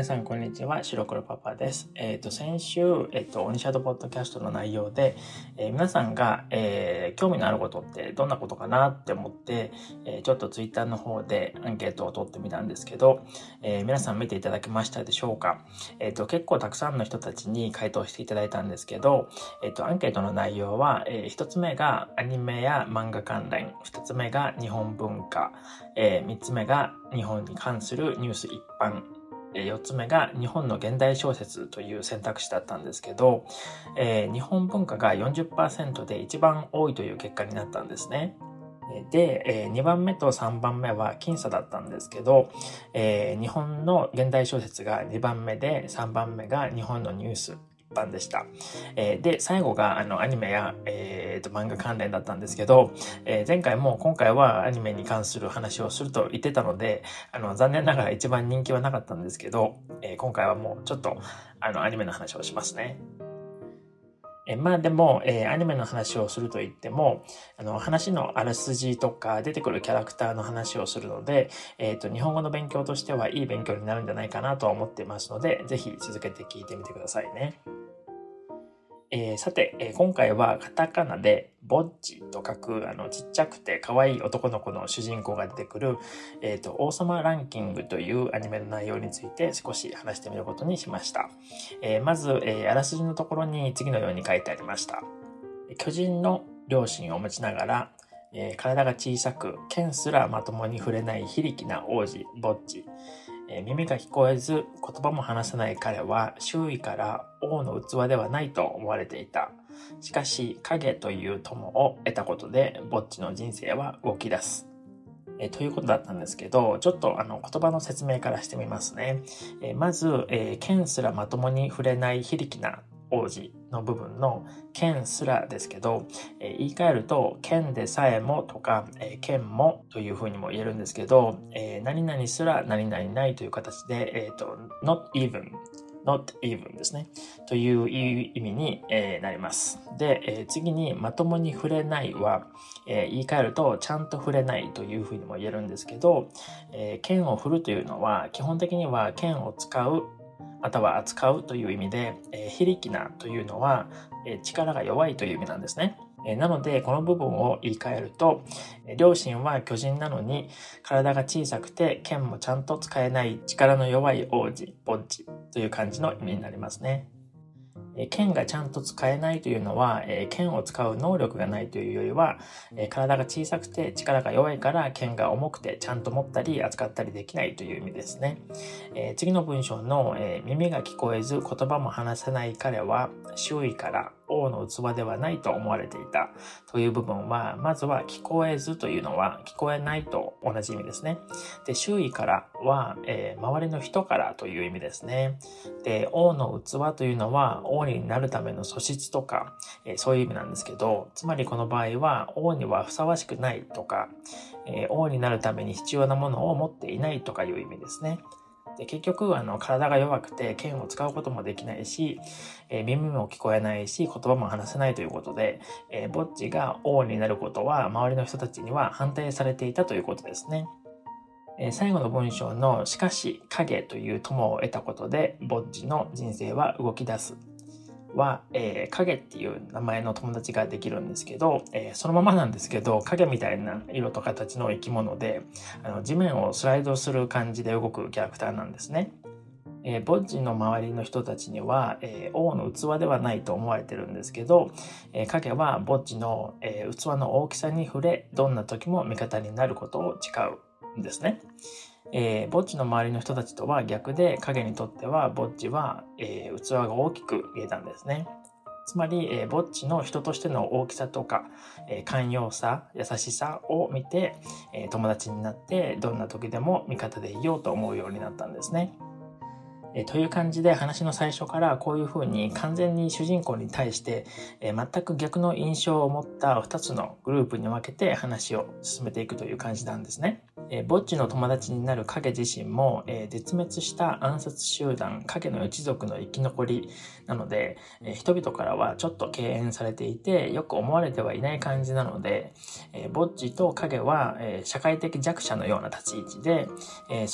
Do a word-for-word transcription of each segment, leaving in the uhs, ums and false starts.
皆さんこんにちは、白黒パパです。えっ、と先週、えっ、とオニシャドポッドキャストの内容で、えー皆さんが、えー興味のあることってどんなことかなって思って、えーちょっとツイッターの方でアンケートを取ってみたんですけど、えー皆さん見ていただけましたでしょうか。えっ、と結構たくさんの人たちに回答していただいたんですけど、えっ、とアンケートの内容は、えー一つ目がアニメや漫画関連、二つ目が日本文化、えー三つ目が日本に関するニュース一般、よっつめが日本の現代小説という選択肢だったんですけど、えー日本文化が よんじゅっパーセント で一番多いという結果になったんですね。で、えーにばんめとさんばんめは僅差だったんですけど、えー日本の現代小説がにばんめで、さんばんめが日本のニュース一般でした。えーで、最後があのアニメや、えーと漫画関連だったんですけど、えー前回も今回はアニメに関する話をすると言ってたので、あの残念ながら一番人気はなかったんですけど、えー今回はもうちょっとあのアニメの話をしますね。えまあでも、えーアニメの話をすると言っても、あの話のあらすじとか出てくるキャラクターの話をするので、えっと、日本語の勉強としてはいい勉強になるんじゃないかなと思っていますので、ぜひ続けて聞いてみてくださいね。えーさて、えー今回はカタカナでボッチと書くあのちっちゃくて可愛い男の子の主人公が出てくる、えーと、王様ランキングというアニメの内容について少し話してみることにしました。えーまず、えーあらすじのところに次のように書いてありました。巨人の両親を持ちながら、えー体が小さく剣すらまともに触れない非力な王子ボッチ。えー耳が聞こえず言葉も話せない彼は周囲から王の器ではないと思われていた。しかし影という友を得たことでボッチの人生は動き出す。えーということだったんですけど、ちょっとあの言葉の説明からしてみますね。えーまず、えー剣すらまともに触れない非力な王子の部分の剣すらですけど、えー言い換えると剣でさえもとか、えー剣もというふうにも言えるんですけど、えー何々すら何々ないという形で、えーと not even not even ですね。という意味に、えーなります。で、えー次にまともに触れないは、えー言い換えるとちゃんと触れないというふうにも言えるんですけど、えー剣を振るというのは基本的には剣を使うまたは扱うという意味で、えー非力なというのは、えー力が弱いという意味なんですね。えーなのでこの部分を言い換えると、えー両親は巨人なのに体が小さくて剣もちゃんと使えない力の弱い王子ボッチという感じの意味になりますね。えー剣がちゃんと使えないというのは、えー剣を使う能力がないというよりは、えー体が小さくて力が弱いから剣が重くてちゃんと持ったり扱ったりできないという意味ですね。えー次の文章の、えー耳が聞こえず言葉も話せない彼は周囲から王の器ではないと思われていたという部分は、まずは聞こえずというのは聞こえないと同じ意味ですね。で、周囲からは、えー周りの人からという意味ですね。で、王の器というのは王になるための素質とか、えーそういう意味なんですけど、つまりこの場合は王にはふさわしくないとか、えー王になるために必要なものを持っていないとかいう意味ですね。で結局あの体が弱くて剣を使うこともできないし、えー耳も聞こえないし言葉も話せないということで、えーボッチが王になることは周りの人たちには反対されていたということですね。えー最後の文章のしかし影という友を得たことでボッチの人生は動き出すは、えー影っていう名前の友達ができるんですけど、えーそのままなんですけど影みたいな色と形の生き物で、あの地面をスライドする感じで動くキャラクターなんですね。えー、ボッチの周りの人たちには、えー王の器ではないと思われてるんですけど、えー影はボッチの、えー器の大きさに触れどんな時も味方になることを誓うんですね。えー、ボッチの周りの人たちとは逆で影にとってはボッチは、えー器が大きく見えたんですね。つまり、えー、ボッチの人としての大きさとか、えー寛容さ、優しさを見て、えー友達になってどんな時でも味方でいようと思うようになったんですね。えーという感じで話の最初からこういうふうに完全に主人公に対して、えー全く逆の印象を持ったふたつのグループに分けて話を進めていくという感じなんですね。えー、ボッチの友達になる影自身も、えー絶滅した暗殺集団影の一族の生き残りなので、えー人々からはちょっと敬遠されていてよく思われてはいない感じなので、えーボッチと影は、えー社会的弱者のような立ち位置で、えーその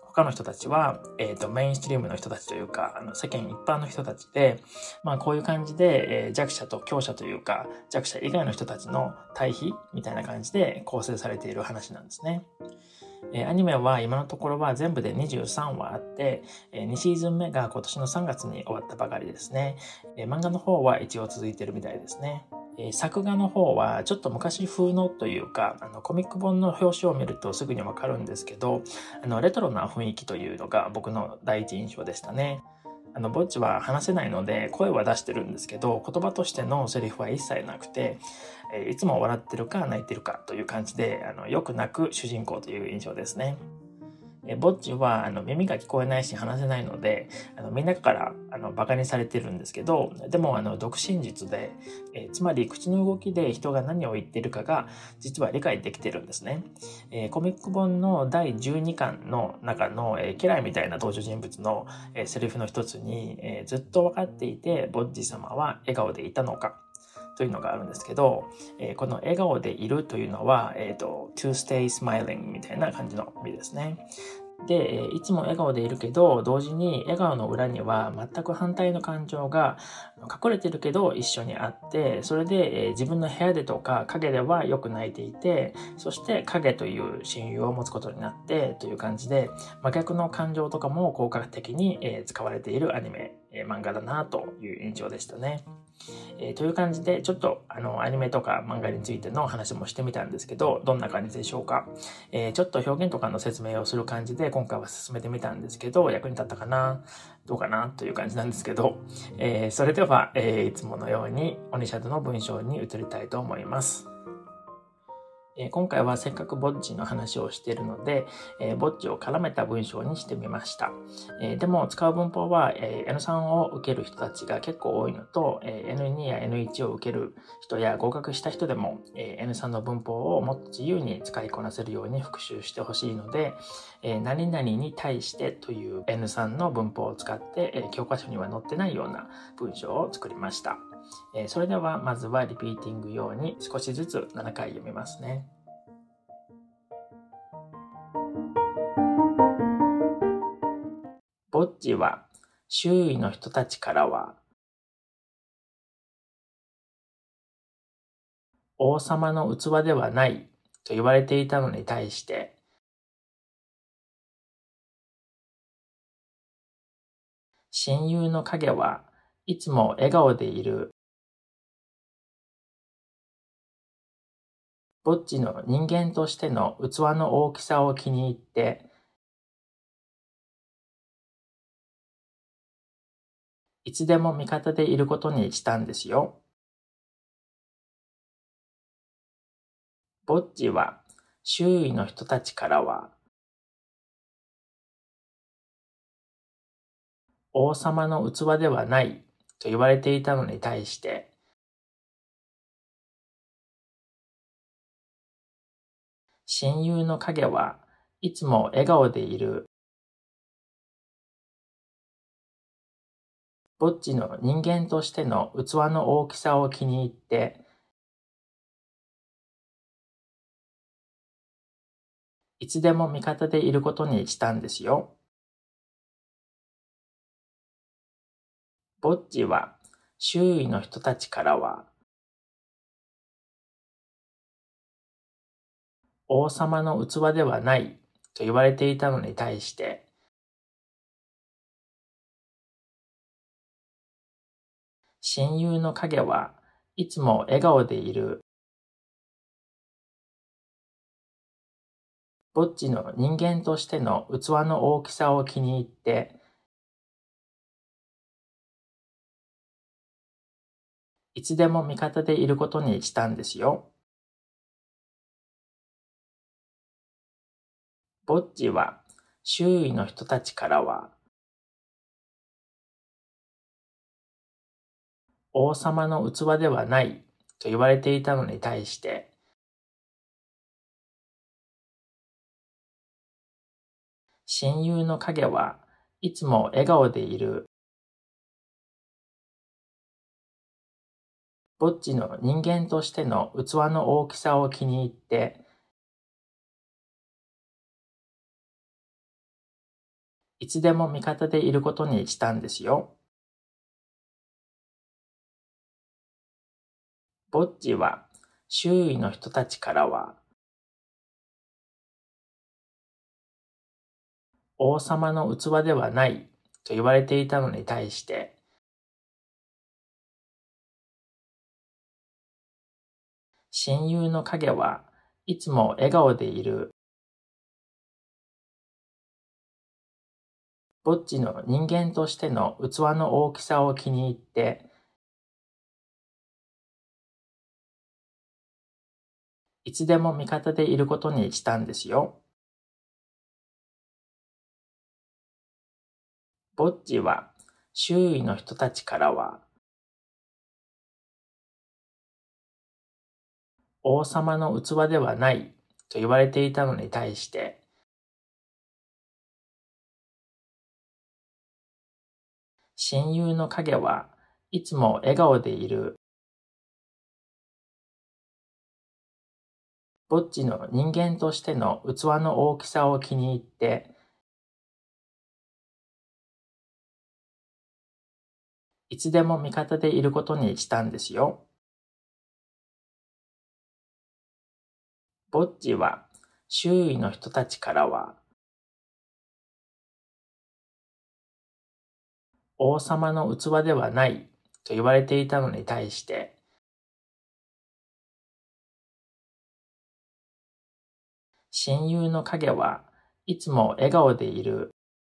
他の人たちは、えっと、メインストリームの人たちというか、あの世間一般の人たちで、まあこういう感じで、えー、弱者と強者というか、弱者以外の人たちの対比みたいな感じで構成されている話なんですね。えー、アニメは今のところは全部でにじゅうさんわあって、えー、にシーズン目が今年のさんがつに終わったばかりですね。えー、漫画の方は一応続いているみたいですね。えー、作画の方はちょっと昔風のというか、あのコミック本の表紙を見るとすぐにわかるんですけど、あのレトロな雰囲気というのが僕の第一印象でしたね。あの、ぼっちは話せないので声は出してるんですけど、言葉としてのセリフは一切なくて、えーいつも笑ってるか泣いてるかという感じで、あの、よく泣く主人公という印象ですね。えーぼっちはあの耳が聞こえないし話せないので、あのみんなからあのバカにされてるんですけど、でもあの読心術で、えーつまり口の動きで人が何を言ってるかが実は理解できてるんですね。えーコミック本のだいじゅうにかんの中の、えー家来みたいな登場人物の、えーセリフの一つに、えーずっと分かっていてぼっち様は笑顔でいたのかというのがあるんですけど、えーこの笑顔でいるというのは、えーと、to stay smiling みたいな感じの意味ですね。で、えーいつも笑顔でいるけど、同時に笑顔の裏には全く反対の感情が隠れてるけど一緒にあって、それで、えー自分の部屋でとか影ではよく泣いていて、そして影という親友を持つことになってという感じで、真逆の感情とかも効果的に、えー使われているアニメ、えー漫画だなという印象でしたね。えーという感じで、ちょっとあのアニメとか漫画についての話もしてみたんですけど、どんな感じでしょうか。えーちょっと表現とかの説明をする感じで今回は進めてみたんですけど、役に立ったかなどうかなという感じなんですけど、えーそれでは、えーいつものようにオニシャドの文章に移りたいと思います。えー今回はせっかくぼっちの話をしているので、えーぼっちを絡めた文章にしてみました。えーでも使う文法は、えーエヌスリー を受ける人たちが結構多いのと、えーエヌツー や エヌワン を受ける人や合格した人でも、えーエヌスリー の文法をもっと自由に使いこなせるように復習してほしいので、えー何々に対してという エヌスリー の文法を使って、えー教科書には載ってないような文章を作りました。えーそれではまずはリピーティング用に少しずつななかい読みますね。ぼっちは周囲の人たちからは王様の器ではないと言われていたのに対して、親友の影はいつも笑顔でいる。ぼっちの人間としての器の大きさを気に入って、いつでも味方でいることにしたんですよ。ぼっちは周囲の人たちからは王様の器ではないと言われていたのに対して、親友の影はいつも笑顔でいる。ぼっちの人間としての器の大きさを気に入って、いつでも味方でいることにしたんですよ。ぼっちは周囲の人たちからは王様の器ではないと言われていたのに対して、親友の影はいつも笑顔でいる。ぼっちの人間としての器の大きさを気に入って、いつでも味方でいることにしたんですよ。ぼっちは周囲の人たちからは王様の器ではないと言われていたのに対して、親友の影はいつも笑顔でいる。ぼっちの人間としての器の大きさを気に入って、 いつでも味方でいることにしたんですよ。ボッジは周囲の人たちからは王様の器ではないと言われていたのに対して、親友の影はいつも笑顔でいる。ボッジの人間としての器の大きさを気に入って、いつでも味方でいることにしたんですよ。ボッジは周囲の人たちからは王様の器ではないと言われていたのに対して、親友の影はいつも笑顔でいる。ボッジの人間としての器の大きさを気に入って、いつでも味方でいることにしたんですよ。ボッジは周囲の人たちからは王様の器ではないと言われていたのに対して、親友の影はいつも笑顔でいる。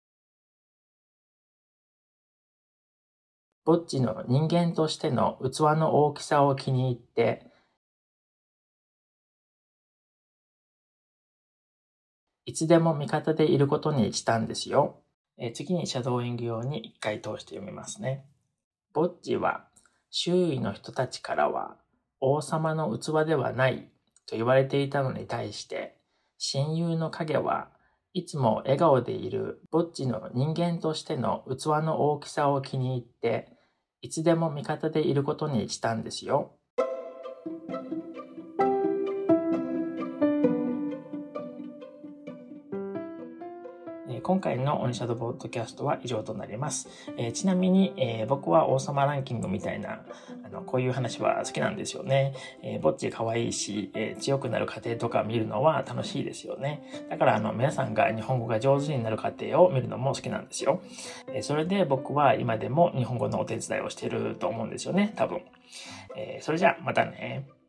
ボッジの人間としての器の大きさを気に入って、いつでも味方でいることにしたんですよ。えー次にシャドーイング用に一回通して読みますね。ボッジは周囲の人たちからは王様の器ではないと言われていたのに対して、親友の影はいつも笑顔でいる。ボッジの人間としての器の大きさを気に入って、いつでも味方でいることにしたんですよ。えー今回のオニシャドーポッドキャストは以上となります。えーちなみに、えー僕は王様ランキングみたいなあのこういう話は好きなんですよね。えー、ぼっち可愛いし、えー強くなる過程とか見るのは楽しいですよね。だからあの皆さんが日本語が上手になる過程を見るのも好きなんですよ。えーそれで僕は今でも日本語のお手伝いをしていると思うんですよね、多分。えーそれじゃあまたね。